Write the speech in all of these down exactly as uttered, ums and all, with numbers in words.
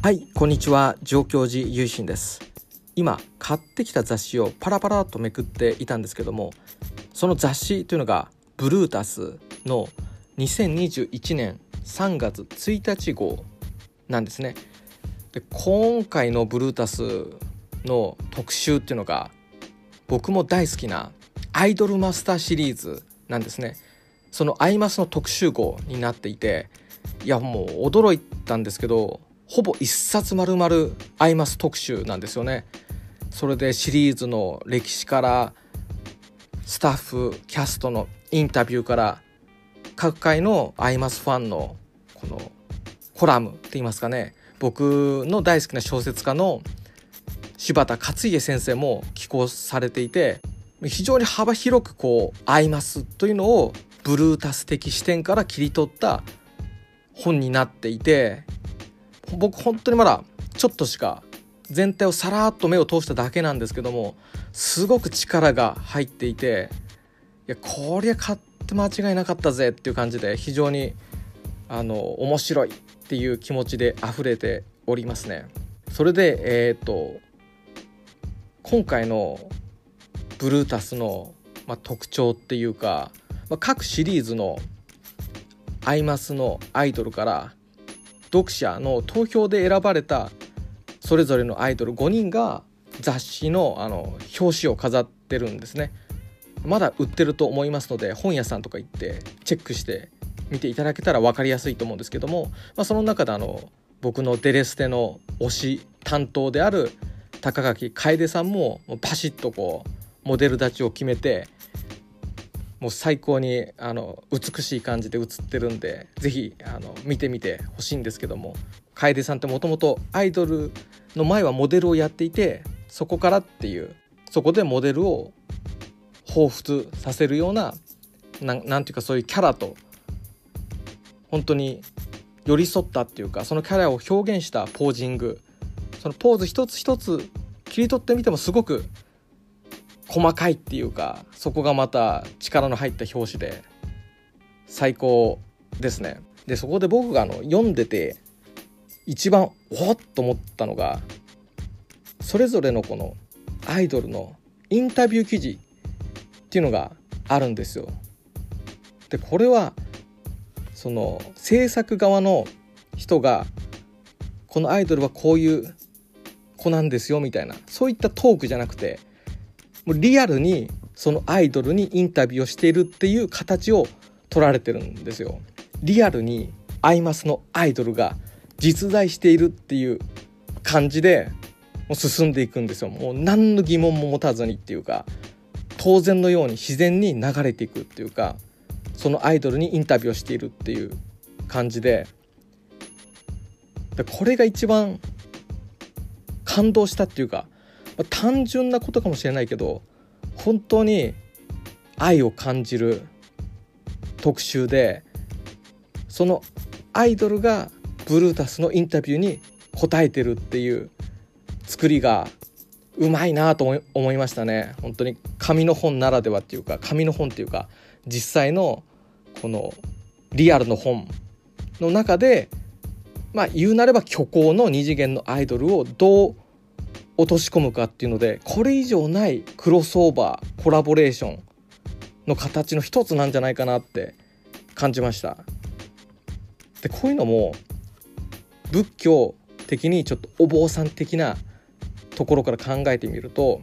はい、こんにちは。上京寺ゆいしんです。今買ってきた雑誌をパラパラとめくっていたんですけども、その雑誌というのがブルータスのにせんにじゅういちねんさんがつついたち号なんですね。で、今回のブルータスの特集っていうのが僕も大好きなアイドルマスターシリーズなんですね。そのアイマスの特集号になっていて、いやもう驚いたんですけど、ほぼ一冊丸々アイマス特集なんですよね。それでシリーズの歴史からスタッフキャストのインタビューから各界のアイマスファンのこのコラムって言いますかね、僕の大好きな小説家の柴田勝家先生も寄稿されていて、非常に幅広くこうアイマスというのをブルータス的視点から切り取った本になっていて、僕本当にまだちょっとしか全体をさらっと目を通しただけなんですけども、すごく力が入っていて、いやこりゃ買って間違いなかったぜっていう感じで、非常にあの面白いっていう気持ちで溢れておりますね。それでえっと今回のブルータスの、まあ、特徴っていうか、まあ、各シリーズのアイマスのアイドルから読者の投票で選ばれたそれぞれのアイドルごにんが雑誌のあの表紙を飾ってるんですね。まだ売ってると思いますので、本屋さんとか行ってチェックして見ていただけたら分かりやすいと思うんですけども、まあ、その中であの僕のデレステの推し担当である高垣楓さんもパシッとこうモデル立ちを決めて、もう最高にあの美しい感じで写ってるんで、ぜひあの見てみてほしいんですけども、楓さんってもともとアイドルの前はモデルをやっていて、そこからっていうそこでモデルを彷彿させるようなな ん, なんていうかそういうキャラと本当に寄り添ったっていうか、そのキャラを表現したポージング、そのポーズ一つ一つ切り取ってみてもすごく細かいっていうか、そこがまた力の入った表紙で最高ですね。でそこで僕があの読んでて一番おっと思ったのが、それぞれのこのアイドルのインタビュー記事っていうのがあるんですよ。でこれはその制作側の人がこのアイドルはこういう子なんですよみたいな、そういったトークじゃなくて、もうリアルにそのアイドルにインタビューをしているっていう形を取られてるんですよ。リアルにアイマスのアイドルが実在しているっていう感じでもう進んでいくんですよ。もう何の疑問も持たずにっていうか、当然のように自然に流れていくっていうか、そのアイドルにインタビューをしているっていう感じで、でこれが一番感動したっていうか、まあ、単純なことかもしれないけど本当に愛を感じる特集で、そのアイドルがブルータスのインタビューに答えてるっていう作りがうまいなと思いましたね。本当に紙の本ならではっていうか、紙の本っていうか実際のこのリアルの本の中で、まあ言うなれば虚構の二次元のアイドルをどう落とし込むかっていうので、これ以上ないクロスオーバーコラボレーションの形の一つなんじゃないかなって感じました。でこういうのも仏教的にちょっとお坊さん的なところから考えてみると、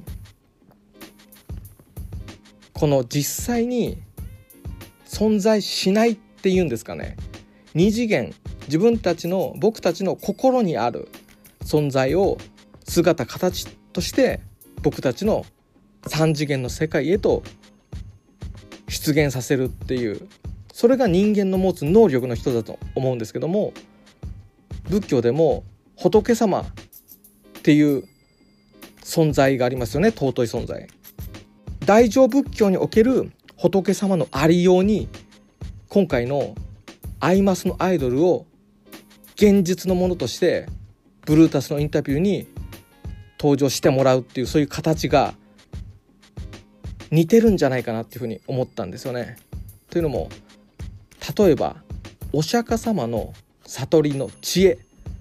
この実際に存在しないっていうんですかね、二次元、自分たちの僕たちの心にある存在を姿形として僕たちの三次元の世界へと出現させるっていう、それが人間の持つ能力の一つだと思うんですけども、仏教でも仏様っていう存在がありますよね。尊い存在。大乗仏教における仏様のありように、今回のアイマスのアイドルを現実のものとしてブルータスのインタビューに登場してもらうっていう、そういう形が似てるんじゃないかなっていうふうに思ったんですよね。というのも、例えばお釈迦様の悟りの知恵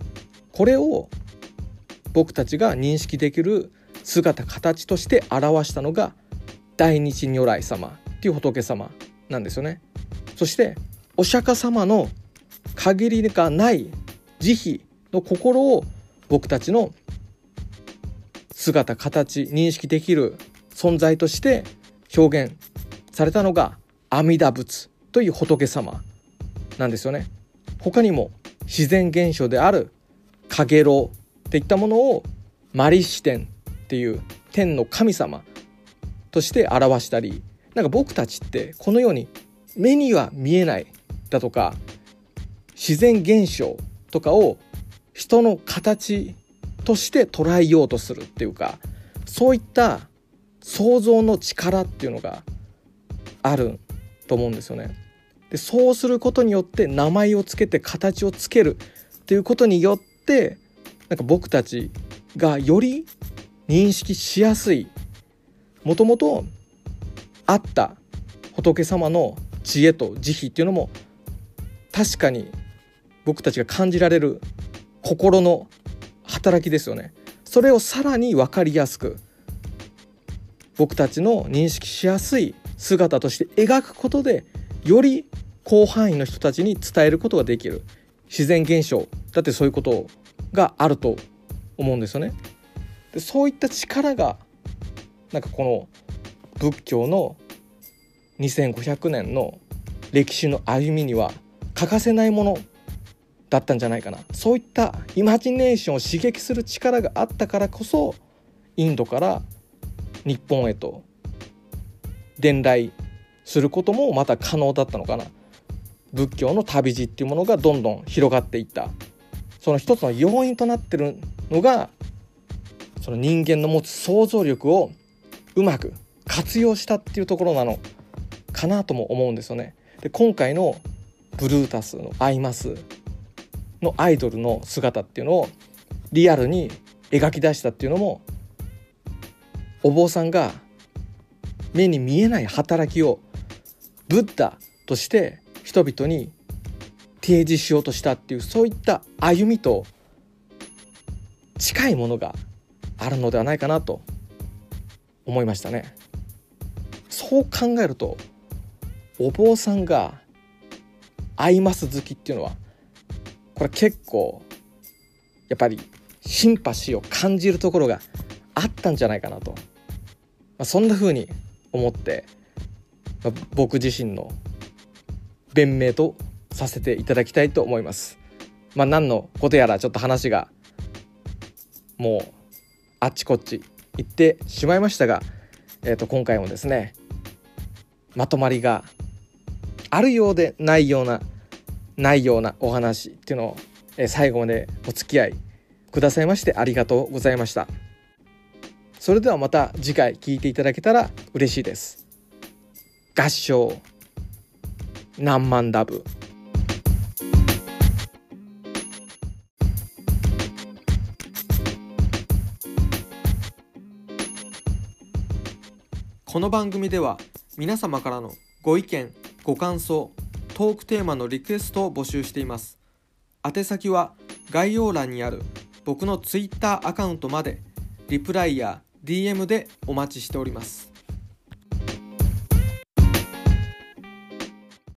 これを僕たちが認識できる姿形として表したのが大日如来様っていう仏様なんですよね。そしてお釈迦様の限りがない慈悲の心を僕たちの姿形認識できる存在として表現されたのが阿弥陀仏という仏様なんですよね。他にも自然現象であるかげろうっていったものを摩利支天っていう天の神様として表したり、なんか僕たちってこのように目には見えないだとか自然現象とかを人の形として捉えようとするっていうか、そういった想像の力っていうのがあると思うんですよね。でそうすることによって名前をつけて形をつけるっていうことによってなんか僕たちがより認識しやすい、もともとあった仏様の知恵と慈悲っていうのも確かに僕たちが感じられる心の働きですよね。それをさらに分かりやすく僕たちの認識しやすい姿として描くことでより広範囲の人たちに伝えることができる。自然現象だってそういうことがあると思うんですよね。でそういった力がなんかこの仏教のにせんごひゃくねんの歴史の歩みには欠かせないものだったんじゃないかな。そういったイマジネーションを刺激する力があったからこそインドから日本へと伝来することもまた可能だったのかな。仏教の旅路っていうものがどんどん広がっていった、その一つの要因となってるのがその人間の持つ想像力をうまく活用したっていうところなのかなとも思うんですよね。で今回のブルータスのアイマスのアイドルの姿っていうのをリアルに描き出したっていうのもお坊さんが目に見えない働きをブッダとして人々に提示しようとしたっていう、そういった歩みと近いものがあるのではないかなと思いましたね。そう考えるとお坊さんがアイマス好きっていうのはこれ結構やっぱりシンパシーを感じるところがあったんじゃないかなと、まあ、そんな風に思って、まあ、僕自身の弁明とさせていただきたいと思います。まあ何のことやらちょっと話がもうあっちこっち行ってしまいましたが、えーと今回もですねまとまりがあるようでないようなないようなお話っていうのを、えー、最後までお付き合いくださいましてありがとうございました。それではまた次回聞いていただけたら嬉しいです。合唱何万ダブ。この番組では皆様からのご意見ご感想トークテーマのリクエストを募集しています。宛先は概要欄にある僕のツイッターアカウントまでリプライや ディーエム でお待ちしております。